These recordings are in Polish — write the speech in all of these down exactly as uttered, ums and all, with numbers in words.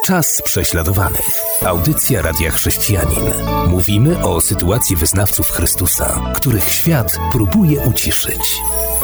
Czas prześladowanych. Audycja Radia Chrześcijanin. Mówimy o sytuacji wyznawców Chrystusa, których świat próbuje uciszyć.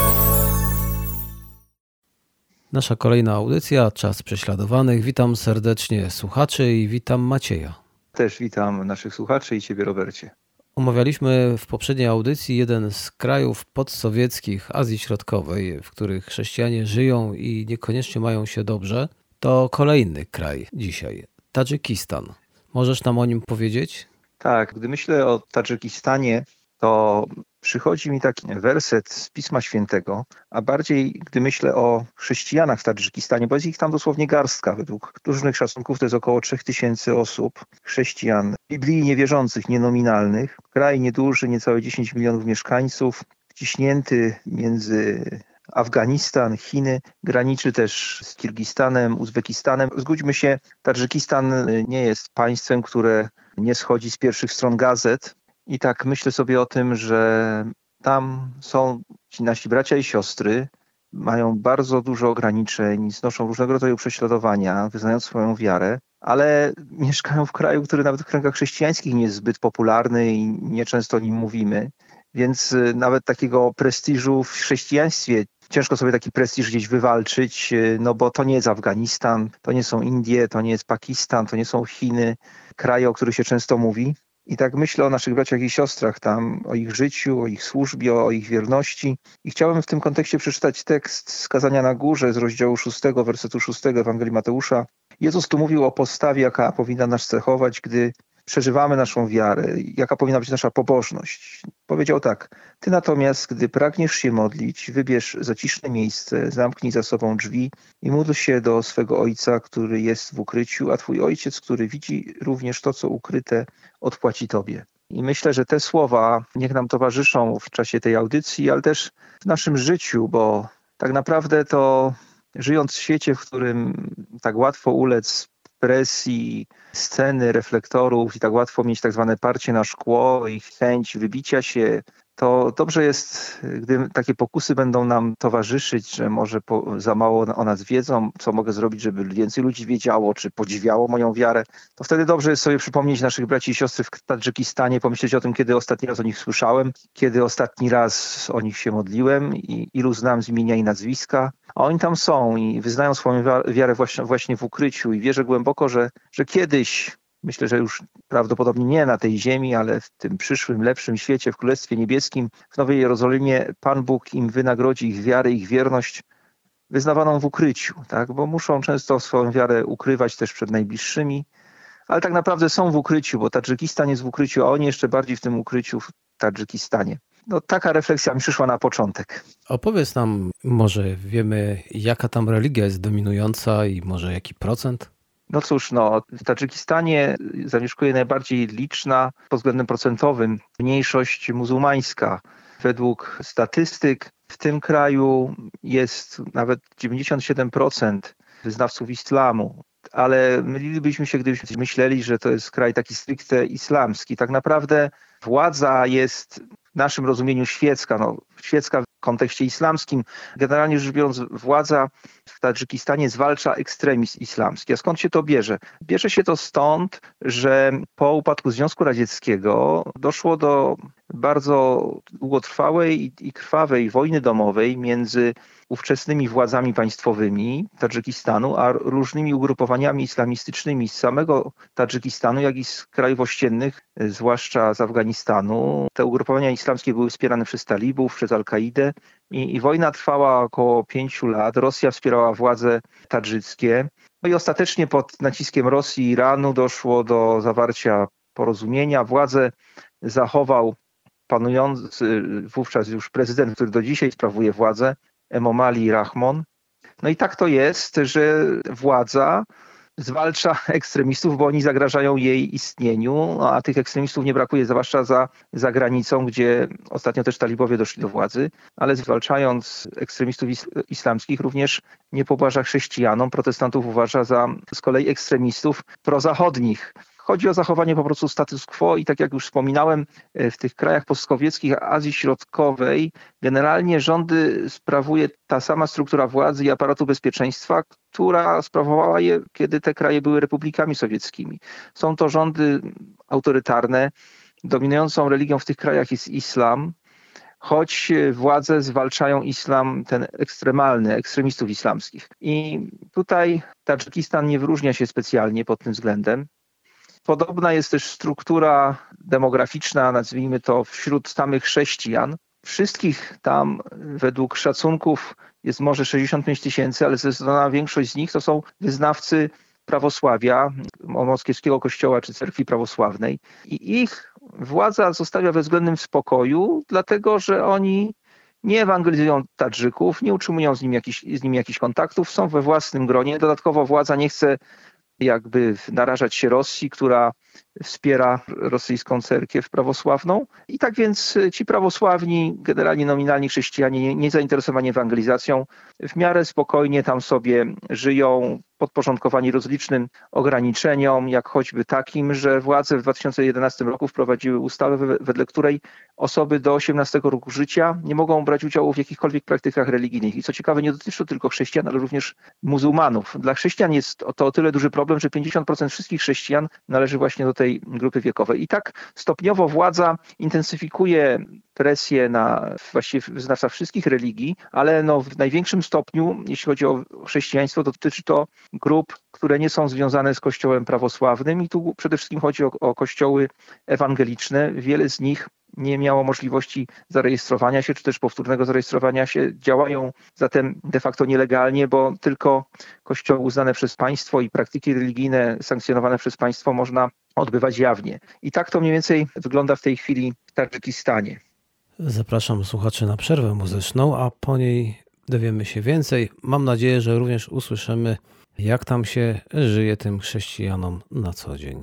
Nasza kolejna audycja, Czas prześladowanych. Witam serdecznie słuchaczy i witam Macieja. Też witam naszych słuchaczy i Ciebie, Robercie. Omawialiśmy w poprzedniej audycji jeden z krajów podsowieckich Azji Środkowej, w których chrześcijanie żyją i niekoniecznie mają się dobrze. To kolejny kraj dzisiaj, Tadżykistan. Możesz nam o nim powiedzieć? Tak, gdy myślę o Tadżykistanie, to przychodzi mi taki werset z Pisma Świętego, a bardziej gdy myślę o chrześcijanach w Tadżykistanie, bo jest ich tam dosłownie garstka. Według różnych szacunków to jest około trzech tysięcy osób, chrześcijan, Biblii niewierzących, nienominalnych. Kraj nieduży, niecałe dziesięć milionów mieszkańców, wciśnięty między Afganistan, Chiny, graniczy też z Kirgistanem, Uzbekistanem. Zgódźmy się, Tadżykistan nie jest państwem, które nie schodzi z pierwszych stron gazet. I tak myślę sobie o tym, że tam są ci nasi bracia i siostry, mają bardzo dużo ograniczeń, znoszą różnego rodzaju prześladowania, wyznając swoją wiarę, ale mieszkają w kraju, który nawet w kręgach chrześcijańskich nie jest zbyt popularny i nieczęsto o nim mówimy. Więc nawet takiego prestiżu w chrześcijaństwie ciężko sobie taki prestiż gdzieś wywalczyć, no bo to nie jest Afganistan, to nie są Indie, to nie jest Pakistan, to nie są Chiny, kraje, o których się często mówi. I tak myślę o naszych braciach i siostrach tam, o ich życiu, o ich służbie, o ich wierności. I chciałem w tym kontekście przeczytać tekst z Kazania na Górze z rozdziału szóstego, wersetu szóstego Ewangelii Mateusza. Jezus tu mówił o postawie, jaka powinna nas cechować, gdy przeżywamy naszą wiarę, jaka powinna być nasza pobożność. Powiedział tak: ty natomiast, gdy pragniesz się modlić, wybierz zaciszne miejsce, zamknij za sobą drzwi i módl się do swego Ojca, który jest w ukryciu, a twój Ojciec, który widzi również to, co ukryte, odpłaci tobie. I myślę, że te słowa niech nam towarzyszą w czasie tej audycji, ale też w naszym życiu, bo tak naprawdę to żyjąc w świecie, w którym tak łatwo ulec presji, sceny, reflektorów i tak łatwo mieć tak zwane parcie na szkło i chęć wybicia się, to dobrze jest, gdy takie pokusy będą nam towarzyszyć, że może po, za mało o nas wiedzą, co mogę zrobić, żeby więcej ludzi wiedziało, czy podziwiało moją wiarę, to wtedy dobrze jest sobie przypomnieć naszych braci i siostry w Tadżykistanie, pomyśleć o tym, kiedy ostatni raz o nich słyszałem, kiedy ostatni raz o nich się modliłem i ilu znam z imienia i nazwiska. A oni tam są i wyznają swoją wiarę właśnie, właśnie w ukryciu i wierzę głęboko, że, że kiedyś, myślę, że już prawdopodobnie nie na tej ziemi, ale w tym przyszłym, lepszym świecie, w Królestwie Niebieskim, w Nowej Jerozolimie, Pan Bóg im wynagrodzi ich wiarę, ich wierność wyznawaną w ukryciu, tak? Bo muszą często swoją wiarę ukrywać też przed najbliższymi, ale tak naprawdę są w ukryciu, bo Tadżykistan jest w ukryciu, a oni jeszcze bardziej w tym ukryciu w Tadżykistanie. No, taka refleksja mi przyszła na początek. Opowiedz nam, może wiemy, jaka tam religia jest dominująca i może jaki procent? No cóż, no, w Tadżykistanie zamieszkuje najbardziej liczna pod względem procentowym mniejszość muzułmańska. Według statystyk w tym kraju jest nawet dziewięćdziesiąt siedem procent wyznawców islamu. Ale mylilibyśmy się, gdybyśmy myśleli, że to jest kraj taki stricte islamski. Tak naprawdę władza jest w naszym rozumieniu świecka, no, świecka w kontekście islamskim. Generalnie rzecz biorąc, władza w Tadżykistanie zwalcza ekstremizm islamski. A skąd się to bierze? Bierze się to stąd, że po upadku Związku Radzieckiego doszło do bardzo długotrwałej i, i krwawej wojny domowej między ówczesnymi władzami państwowymi Tadżykistanu, a różnymi ugrupowaniami islamistycznymi z samego Tadżykistanu, jak i z krajów ościennych, zwłaszcza z Afganistanu. Te ugrupowania islamskie były wspierane przez talibów, przez Al-Kaidę i, i wojna trwała około pięciu lat. Rosja wspierała władze tadżyckie. No i ostatecznie pod naciskiem Rosji i Iranu doszło do zawarcia porozumienia. Władzę zachował panujący wówczas już prezydent, który do dzisiaj sprawuje władzę, Emomali Rahmon. No i tak to jest, że władza zwalcza ekstremistów, bo oni zagrażają jej istnieniu, a tych ekstremistów nie brakuje, zwłaszcza za, za granicą, gdzie ostatnio też talibowie doszli do władzy, ale zwalczając ekstremistów is- islamskich również nie pobłaża chrześcijanom, protestantów uważa za z kolei ekstremistów prozachodnich. chodzi o zachowanie po prostu status quo i tak jak już wspominałem, w tych krajach postsowieckich Azji Środkowej generalnie rządy sprawuje ta sama struktura władzy i aparatu bezpieczeństwa, która sprawowała je, kiedy te kraje były republikami sowieckimi. Są to rządy autorytarne. Dominującą religią w tych krajach jest islam, choć władze zwalczają islam, ten ekstremalny, ekstremistów islamskich. I tutaj Tadżykistan nie wyróżnia się specjalnie pod tym względem. Podobna jest też struktura demograficzna, nazwijmy to, wśród samych chrześcijan. Wszystkich tam według szacunków jest może sześćdziesiąt pięć tysięcy, ale zdecydowana większość z nich to są wyznawcy prawosławia, moskiewskiego kościoła czy cerkwi prawosławnej. I ich władza zostawia we względnym spokoju, dlatego że oni nie ewangelizują Tadżyków, nie utrzymują z nimi, jakiś, z nimi jakichś kontaktów, są we własnym gronie. Dodatkowo władza nie chce jakby narażać się Rosji, która wspiera rosyjską cerkiew prawosławną. I tak więc ci prawosławni, generalnie nominalni chrześcijanie, nie, nie zainteresowani ewangelizacją, w miarę spokojnie tam sobie żyją, podporządkowani rozlicznym ograniczeniom, jak choćby takim, że władze w dwa tysiące jedenastym roku wprowadziły ustawę, wedle której osoby do osiemnastego roku życia nie mogą brać udziału w jakichkolwiek praktykach religijnych. I co ciekawe, nie dotyczy to tylko chrześcijan, ale również muzułmanów. Dla chrześcijan jest to o tyle duży problem, że pięćdziesiąt procent wszystkich chrześcijan należy właśnie do tej grupy wiekowej. I tak stopniowo władza intensyfikuje presję na właściwie wyznawców wszystkich religii, ale no w największym stopniu, jeśli chodzi o chrześcijaństwo, dotyczy to grup, które nie są związane z Kościołem prawosławnym i tu przede wszystkim chodzi o, o kościoły ewangeliczne. Wiele z nich nie miało możliwości zarejestrowania się, czy też powtórnego zarejestrowania się. Działają zatem de facto nielegalnie, bo tylko kościoły uznane przez państwo i praktyki religijne sankcjonowane przez państwo można odbywać jawnie. I tak to mniej więcej wygląda w tej chwili w Tadżykistanie. Zapraszam słuchaczy na przerwę muzyczną, a po niej dowiemy się więcej. Mam nadzieję, że również usłyszymy, jak tam się żyje tym chrześcijanom na co dzień.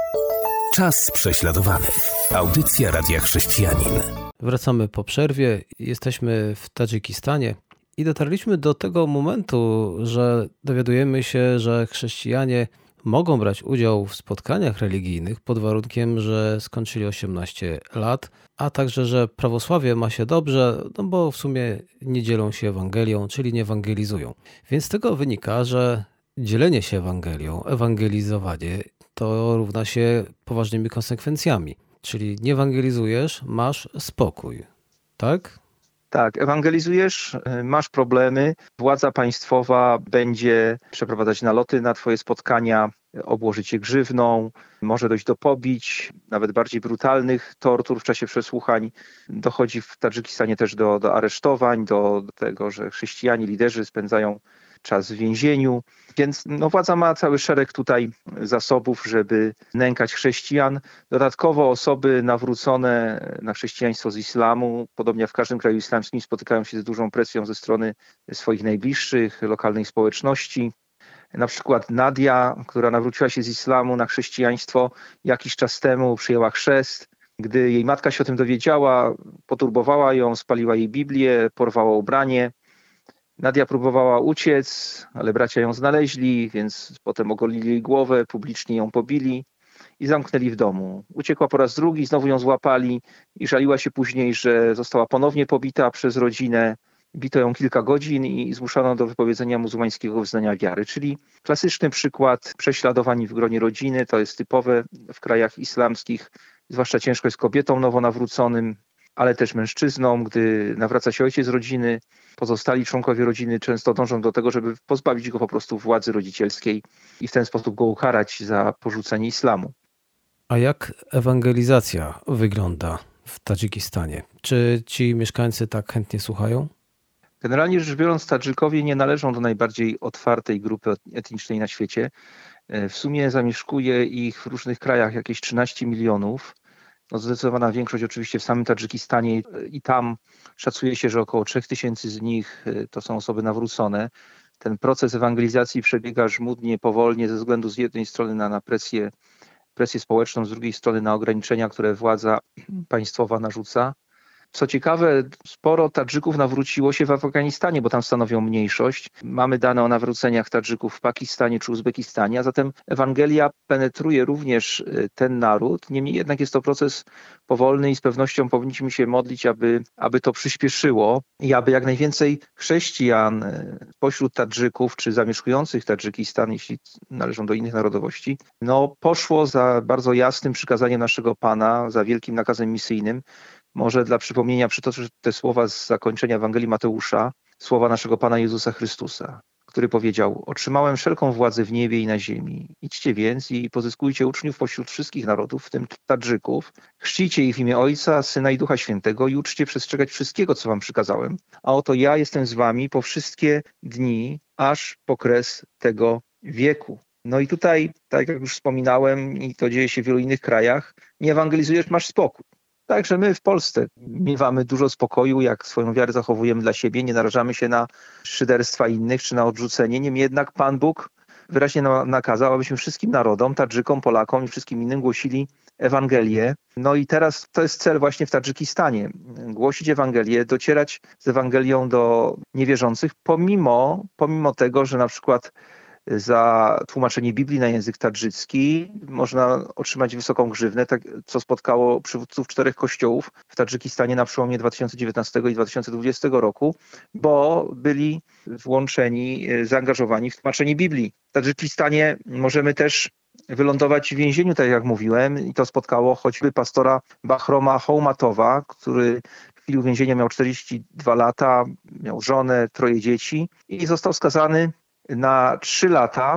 Czas prześladowany. Audycja Radia Chrześcijanin. Wracamy po przerwie. Jesteśmy w Tadżykistanie i dotarliśmy do tego momentu, że dowiadujemy się, że chrześcijanie mogą brać udział w spotkaniach religijnych pod warunkiem, że skończyli osiemnaście lat, a także, że prawosławie ma się dobrze, no bo w sumie nie dzielą się Ewangelią, czyli nie ewangelizują. Więc z tego wynika, że dzielenie się Ewangelią, ewangelizowanie to równa się poważnymi konsekwencjami. Czyli nie ewangelizujesz, masz spokój, tak? Tak, ewangelizujesz, masz problemy, władza państwowa będzie przeprowadzać naloty na twoje spotkania, obłożyć je grzywną, może dojść do pobić, nawet bardziej brutalnych tortur w czasie przesłuchań. Dochodzi w Tadżykistanie też do, do aresztowań, do, do tego, że chrześcijanie, liderzy spędzają czas w więzieniu. Więc no, władza ma cały szereg tutaj zasobów, żeby nękać chrześcijan. Dodatkowo osoby nawrócone na chrześcijaństwo z islamu, podobnie jak w każdym kraju islamskim, spotykają się z dużą presją ze strony swoich najbliższych, lokalnej społeczności. Na przykład Nadia, która nawróciła się z islamu na chrześcijaństwo, jakiś czas temu przyjęła chrzest. Gdy jej matka się o tym dowiedziała, poturbowała ją, spaliła jej Biblię, porwała ubranie. Nadia próbowała uciec, ale bracia ją znaleźli, więc potem ogolili jej głowę, publicznie ją pobili i zamknęli w domu. Uciekła po raz drugi, znowu ją złapali i żaliła się później, że została ponownie pobita przez rodzinę. Bito ją kilka godzin i zmuszano do wypowiedzenia muzułmańskiego wyznania wiary, czyli klasyczny przykład prześladowań w gronie rodziny. To jest typowe w krajach islamskich, zwłaszcza ciężko jest kobietom nowonawróconym, ale też mężczyznom, gdy nawraca się ojciec rodziny. Pozostali członkowie rodziny często dążą do tego, żeby pozbawić go po prostu władzy rodzicielskiej i w ten sposób go ukarać za porzucenie islamu. A jak ewangelizacja wygląda w Tadżykistanie? Czy ci mieszkańcy tak chętnie słuchają? Generalnie rzecz biorąc, Tadżykowie nie należą do najbardziej otwartej grupy etnicznej na świecie. W sumie zamieszkuje ich w różnych krajach jakieś trzynaście milionów. No zdecydowana większość oczywiście w samym Tadżykistanie i tam szacuje się, że około trzech tysięcy z nich to są osoby nawrócone. Ten proces ewangelizacji przebiega żmudnie, powolnie ze względu z jednej strony na, na presję, presję społeczną, z drugiej strony na ograniczenia, które władza państwowa narzuca. Co ciekawe, sporo Tadżyków nawróciło się w Afganistanie, bo tam stanowią mniejszość. Mamy dane o nawróceniach Tadżyków w Pakistanie czy Uzbekistanie, a zatem Ewangelia penetruje również ten naród. Niemniej jednak jest to proces powolny i z pewnością powinniśmy się modlić, aby, aby to przyspieszyło i aby jak najwięcej chrześcijan pośród Tadżyków czy zamieszkujących Tadżykistan, jeśli należą do innych narodowości, no poszło za bardzo jasnym przykazaniem naszego Pana, za wielkim nakazem misyjnym. Może dla przypomnienia przytoczę te słowa z zakończenia Ewangelii Mateusza, słowa naszego Pana Jezusa Chrystusa, który powiedział: otrzymałem wszelką władzę w niebie i na ziemi. Idźcie więc i pozyskujcie uczniów pośród wszystkich narodów, w tym Tadżyków. Chrzcijcie ich w imię Ojca, Syna i Ducha Świętego i uczcie przestrzegać wszystkiego, co wam przykazałem. A oto ja jestem z wami po wszystkie dni, aż po kres tego wieku. No i tutaj, tak jak już wspominałem, i to dzieje się w wielu innych krajach, nie ewangelizujesz, masz spokój. Także my w Polsce miewamy dużo spokoju, jak swoją wiarę zachowujemy dla siebie, nie narażamy się na szyderstwa innych czy na odrzucenie. Niemniej jednak Pan Bóg wyraźnie nakazał, abyśmy wszystkim narodom, Tadżykom, Polakom i wszystkim innym głosili Ewangelię. No i teraz to jest cel właśnie w Tadżykistanie. Głosić Ewangelię, docierać z Ewangelią do niewierzących, pomimo, pomimo tego, że na przykład za tłumaczenie Biblii na język tadżycki można otrzymać wysoką grzywnę, tak, co spotkało przywódców czterech kościołów w Tadżykistanie na przełomie dwa tysiące dziewiętnastego i dwa tysiące dwudziestego roku, bo byli włączeni, zaangażowani w tłumaczenie Biblii. W Tadżykistanie możemy też wylądować w więzieniu, tak jak mówiłem, i to spotkało choćby pastora Bahroma Hołmatowa, który w chwili uwięzienia miał czterdzieści dwa lata, miał żonę, troje dzieci i został skazany na trzy lata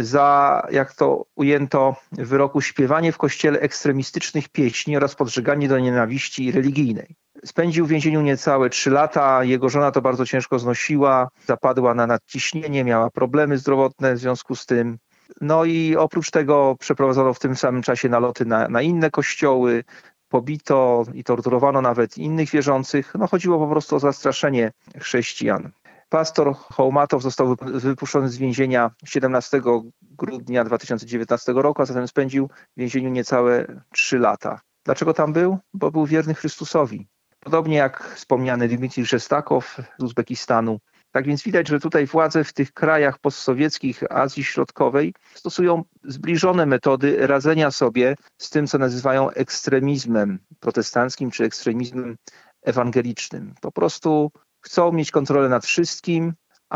za, jak to ujęto w wyroku, śpiewanie w kościele ekstremistycznych pieśni oraz podżeganie do nienawiści religijnej. Spędził w więzieniu niecałe trzy lata, jego żona to bardzo ciężko znosiła, zapadła na nadciśnienie, miała problemy zdrowotne w związku z tym. No i oprócz tego przeprowadzono w tym samym czasie naloty na, na inne kościoły, pobito i torturowano nawet innych wierzących. No chodziło po prostu o zastraszenie chrześcijan. Pastor Hołmatow został wypuszczony z więzienia siedemnastego grudnia dwa tysiące dziewiętnastego roku, a zatem spędził w więzieniu niecałe trzy lata. Dlaczego tam był? Bo był wierny Chrystusowi. Podobnie jak wspomniany Dmitrij Szestakow z Uzbekistanu. Tak więc widać, że tutaj władze w tych krajach postsowieckich Azji Środkowej stosują zbliżone metody radzenia sobie z tym, co nazywają ekstremizmem protestanckim czy ekstremizmem ewangelicznym. Po prostu chcą mieć kontrolę nad wszystkim,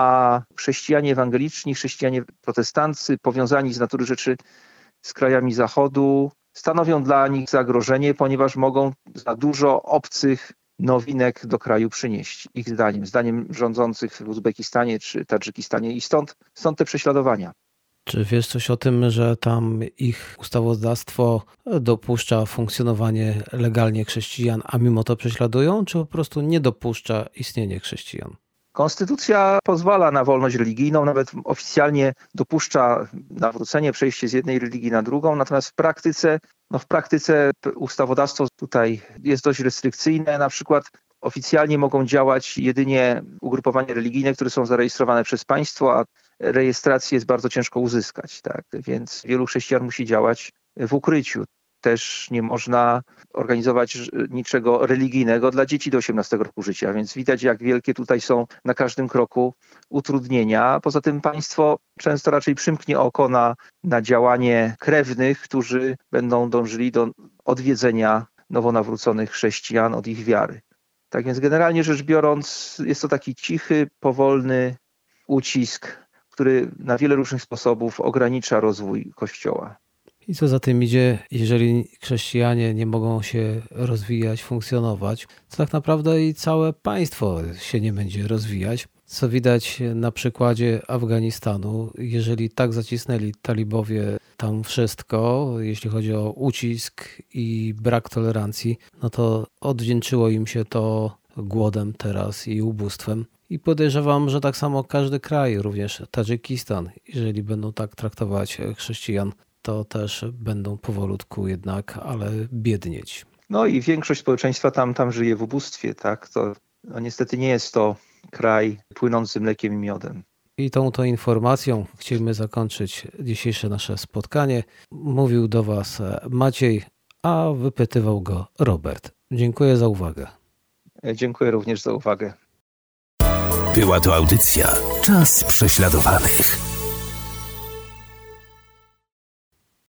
a chrześcijanie ewangeliczni, chrześcijanie protestanccy powiązani z natury rzeczy z krajami Zachodu stanowią dla nich zagrożenie, ponieważ mogą za dużo obcych nowinek do kraju przynieść, ich zdaniem, zdaniem rządzących w Uzbekistanie czy Tadżykistanie i stąd, stąd te prześladowania. Czy wiesz coś o tym, że tam ich ustawodawstwo dopuszcza funkcjonowanie legalnie chrześcijan, a mimo to prześladują, czy po prostu nie dopuszcza istnienia chrześcijan? Konstytucja pozwala na wolność religijną, nawet oficjalnie dopuszcza nawrócenie, przejście z jednej religii na drugą, natomiast w praktyce, no w praktyce ustawodawstwo tutaj jest dość restrykcyjne. Na przykład oficjalnie mogą działać jedynie ugrupowania religijne, które są zarejestrowane przez państwo, a rejestrację jest bardzo ciężko uzyskać. Tak? Więc wielu chrześcijan musi działać w ukryciu. Też nie można organizować niczego religijnego dla dzieci do osiemnastego roku życia, więc widać, jak wielkie tutaj są na każdym kroku utrudnienia. Poza tym państwo często raczej przymknie oko na, na działanie krewnych, którzy będą dążyli do odwiedzenia nowonawróconych chrześcijan od ich wiary. Tak więc generalnie rzecz biorąc, jest to taki cichy, powolny ucisk, który na wiele różnych sposobów ogranicza rozwój Kościoła. I co za tym idzie, jeżeli chrześcijanie nie mogą się rozwijać, funkcjonować, to tak naprawdę i całe państwo się nie będzie rozwijać. Co widać na przykładzie Afganistanu, jeżeli tak zacisnęli talibowie tam wszystko, jeśli chodzi o ucisk i brak tolerancji, no to odwdzięczyło im się to głodem teraz i ubóstwem. I podejrzewam, że tak samo każdy kraj, również Tadżykistan, jeżeli będą tak traktować chrześcijan, to też będą powolutku jednak, ale biednieć. No i większość społeczeństwa tam, tam żyje w ubóstwie, tak? To no niestety nie jest to kraj płynący mlekiem i miodem. I tą to informacją chcielibyśmy zakończyć dzisiejsze nasze spotkanie. Mówił do Was Maciej, a wypytywał go Robert. Dziękuję za uwagę. Dziękuję również za uwagę. Była to audycja Czas prześladowanych.